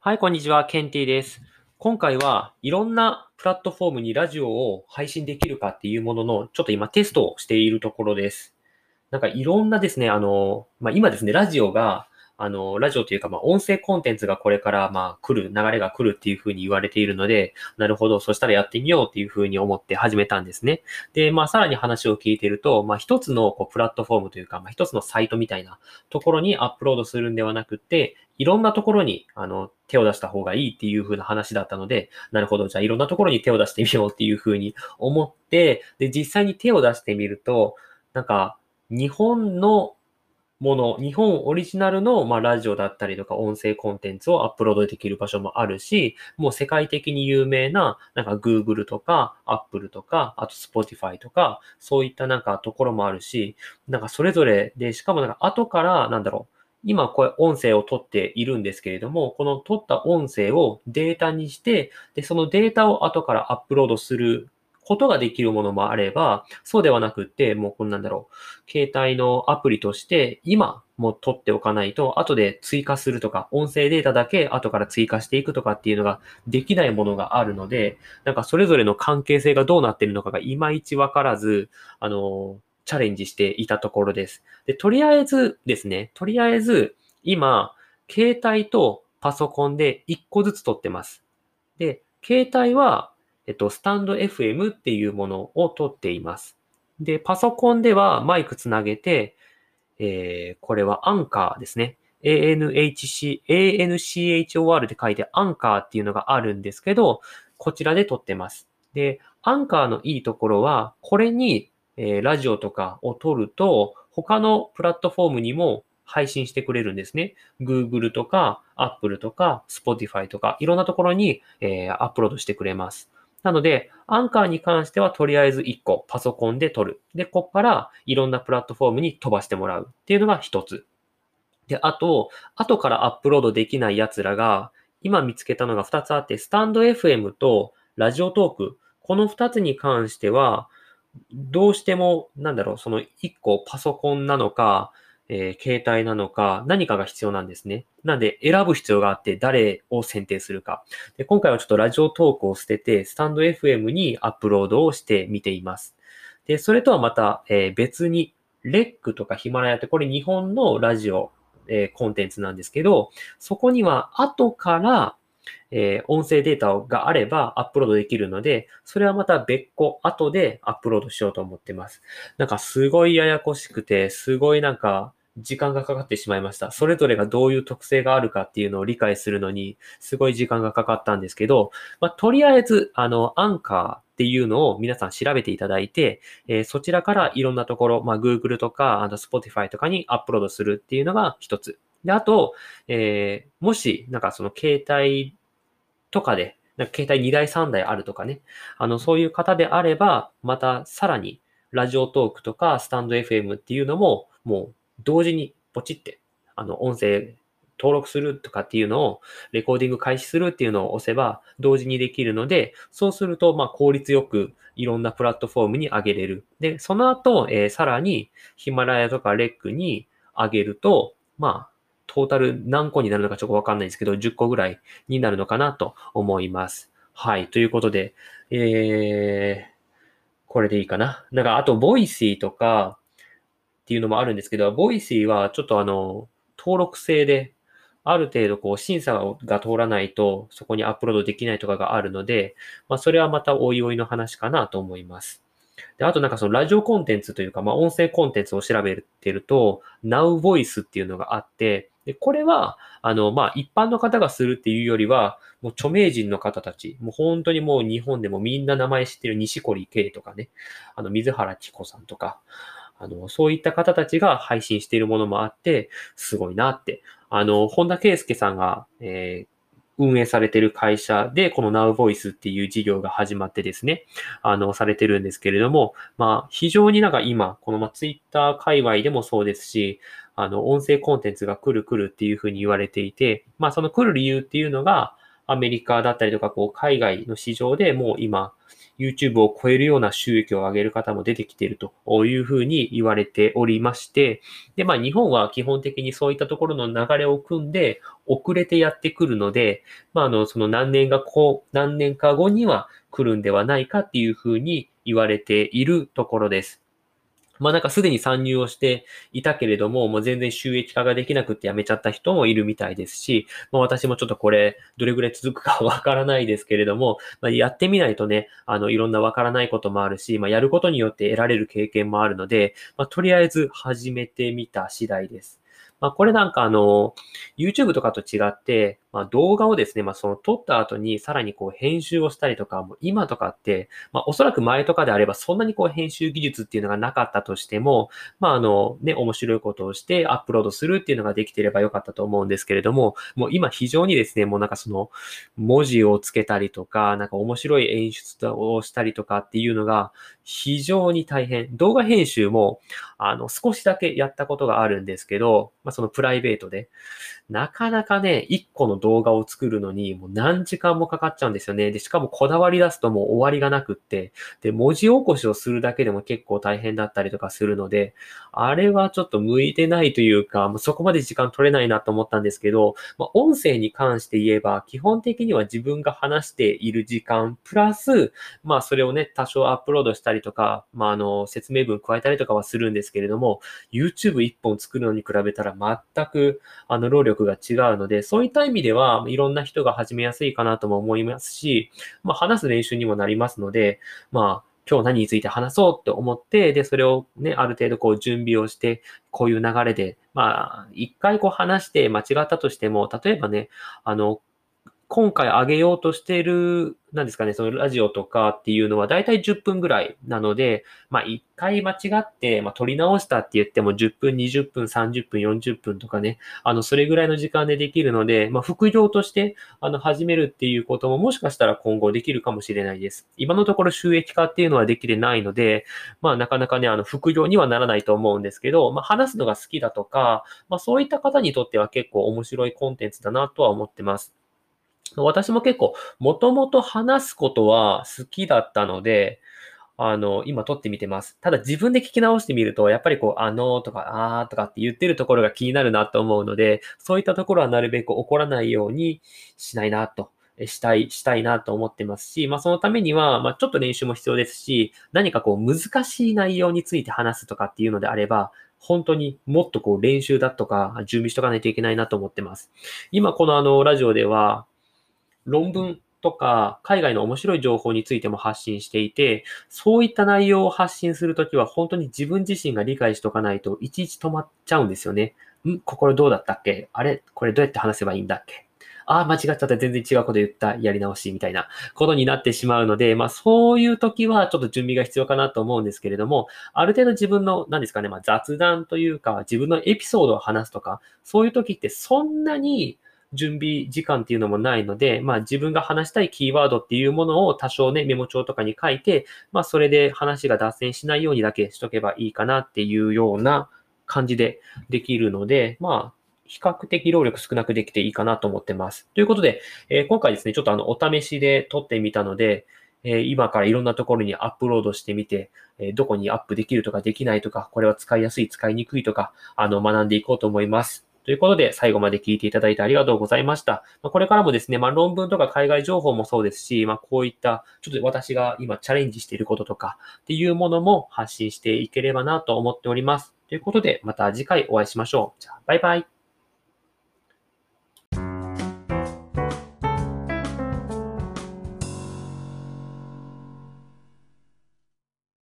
はい、こんにちは。ケンティです。今回はいろんなプラットフォームにラジオを配信できるかっていうものの、ちょっと今テストをしているところです。なんかいろんなですね、今ですね、ラジオが、ラジオというか、音声コンテンツがこれから、来る、流れが来るっていうふうに言われているので、なるほど、そしたらやってみようっていうふうに思って始めたんですね。で、さらに話を聞いていると、一つのプラットフォームというか、一つのサイトみたいなところにアップロードするんではなくて、いろんなところに、手を出した方がいいっていう風な話だったので、なるほど、じゃあいろんなところに手を出してみようっていう風に思って、で、実際に手を出してみると、なんか、日本の日本オリジナルの、ラジオだったりとか音声コンテンツをアップロードできる場所もあるし、もう世界的に有名な、Google とか Apple とか、あと Spotify とか、そういったところもあるし、それぞれで、しかも後から、今これ音声を取っているんですけれども、この取った音声をデータにして、で、そのデータを後からアップロードすることができるものもあれば、そうではなくって、もう携帯のアプリとして今もう取っておかないと、後で追加するとか、音声データだけ後から追加していくとかっていうのができないものがあるので、それぞれの関係性がどうなっているのかがいまいちわからず、チャレンジしていたところです。で、とりあえずですね、とりあえず今、携帯とパソコンで1個ずつ取ってます。で、携帯はスタンド FM っていうものを取っています。で、パソコンではマイクつなげて、これはアンカーですね。ANCHOR って書いてアンカーっていうのがあるんですけど、こちらで撮ってます。で、アンカーのいいところは、これに、ラジオとかを撮ると、他のプラットフォームにも配信してくれるんですね。Google とか Apple とか Spotify とかいろんなところに、アップロードしてくれます。なので、アンカーに関してはとりあえず1個パソコンで撮る。で、こっからいろんなプラットフォームに飛ばしてもらうっていうのが1つ。で、あと、後からアップロードできない奴らが、今見つけたのが2つあって、スタンド FM とラジオトーク。この2つに関しては、どうしても、その1個パソコンなのか、携帯なのか、何かが必要なんですね。なんで、選ぶ必要があって、誰を選定するか。で、今回はちょっとラジオトークを捨てて、スタンド FM にアップロードをしてみています。で、それとはまた、別に、レックとかヒマラヤってこれ日本のラジオ、コンテンツなんですけど、そこには後から、音声データがあればアップロードできるので、それはまた別個後でアップロードしようと思ってます。すごいややこしくて、すごい時間がかかってしまいました。それぞれがどういう特性があるかっていうのを理解するのに、すごい時間がかかったんですけど、とりあえず、アンカーっていうのを皆さん調べていただいて、そちらからいろんなところ、Google とか、Spotify とかにアップロードするっていうのが一つ。で、あと、もし、その携帯とかで、携帯2台3台あるとかね、そういう方であれば、またさらに、ラジオトークとか、スタンド FM っていうのも、もう、同時にポチって、音声登録するとかっていうのを、レコーディング開始するっていうのを押せば、同時にできるので、そうすると、効率よく、いろんなプラットフォームに上げれる。で、その後、さらに、ヒマラヤとかレックに上げると、トータル何個になるのかちょっとわかんないですけど、10個ぐらいになるのかなと思います。はい。ということで、これでいいかな。あと、ボイシーとかっていうのもあるんですけど、ボイシーはちょっと登録制で、ある程度審査が通らないと、そこにアップロードできないとかがあるので、それはまたおいおいの話かなと思います。で、あとそのラジオコンテンツというか、音声コンテンツを調べてると、Now Voice っていうのがあって、で、これは、一般の方がするっていうよりは、もう著名人の方たち、もう本当にもう日本でもみんな名前知ってる西堀圭とかね、水原希子さんとか、そういった方たちが配信しているものもあって、すごいなって。本田圭佑さんが、運営されている会社で、この Now Voice っていう事業が始まってですね、されてるんですけれども、非常に今、このツイッター界隈でもそうですし、音声コンテンツが来るっていうふうに言われていて、その来る理由っていうのが、アメリカだったりとか、海外の市場でもう今、 YouTube を超えるような収益を上げる方も出てきているというふうに言われておりまして、で、日本は基本的にそういったところの流れを組んで、遅れてやってくるので、その何年か後には来るんではないかっていうふうに言われているところです。なんかすでに参入をしていたけれども、もう全然収益化ができなくて辞めちゃった人もいるみたいですし、私もちょっとこれ、どれぐらい続くかわからないですけれども、やってみないとね、いろんなわからないこともあるし、やることによって得られる経験もあるので、とりあえず始めてみた次第です。これなんかYouTube とかと違って、動画をですね、その撮った後にさらにこう編集をしたりとか、もう今とかって、おそらく前とかであればそんなにこう編集技術っていうのがなかったとしても、面白いことをしてアップロードするっていうのができていればよかったと思うんですけれども、もう今非常にですね、もうなんかその文字をつけたりとか、なんか面白い演出をしたりとかっていうのが非常に大変。動画編集も、少しだけやったことがあるんですけど、そのプライベートで。なかなかね、一個の動画を作るのにもう何時間もかかっちゃうんですよね。で、しかもこだわり出すともう終わりがなくって、で、文字起こしをするだけでも結構大変だったりとかするので、あれはちょっと向いてないというか、もうそこまで時間取れないなと思ったんですけど、音声に関して言えば、基本的には自分が話している時間、プラス、それをね、多少アップロードしたりとか、説明文加えたりとかはするんですけれども、YouTube 一本作るのに比べたら全く、労力が違うので、そういった意味では、いろんな人が始めやすいかなとも思いますし、話す練習にもなりますので、今日何について話そうって思って、で、それをね、ある程度こう準備をして、こういう流れで、一回こう話して間違ったとしても、例えばね、今回上げようとしている、なんですかね、そのラジオとかっていうのはだいたい10分ぐらいなので、一回間違って、撮り直したって言っても10分、20分、30分、40分とかね、それぐらいの時間でできるので、副業として、始めるっていうことももしかしたら今後できるかもしれないです。今のところ収益化っていうのはできてないので、なかなかね、副業にはならないと思うんですけど、話すのが好きだとか、そういった方にとっては結構面白いコンテンツだなとは思ってます。私も結構、もともと話すことは好きだったので、今撮ってみてます。ただ自分で聞き直してみると、やっぱりこう、とか、とかって言ってるところが気になるなと思うので、そういったところはなるべく起こらないようにしないなと、したいなと思ってますし、そのためには、ちょっと練習も必要ですし、何かこう、難しい内容について話すとかっていうのであれば、本当にもっとこう練習だとか準備しとかないといけないなと思ってます。今このラジオでは、論文とか海外の面白い情報についても発信していて、そういった内容を発信するときは本当に自分自身が理解しておかないといちいち止まっちゃうんですよね。これどうだったっけ、あれこれどうやって話せばいいんだっけ、間違っちゃった。全然違うこと言った。やり直しみたいなことになってしまうので、そういう時はちょっと準備が必要かなと思うんですけれども、ある程度自分の、何ですかね、雑談というか、自分のエピソードを話すとか、そういう時ってそんなに準備時間っていうのもないので、自分が話したいキーワードっていうものを多少ね、メモ帳とかに書いて、それで話が脱線しないようにだけしとけばいいかなっていうような感じでできるので、比較的労力少なくできていいかなと思ってます。ということで、今回ですね、ちょっとお試しで撮ってみたので、今からいろんなところにアップロードしてみて、どこにアップできるとかできないとか、これは使いやすい、使いにくいとか、学んでいこうと思います。ということで、最後まで聞いていただいてありがとうございました。これからもですね、論文とか海外情報もそうですし、こういった、ちょっと私が今チャレンジしていることとかっていうものも発信していければなと思っております。ということで、また次回お会いしましょう。じゃあ、バイバイ。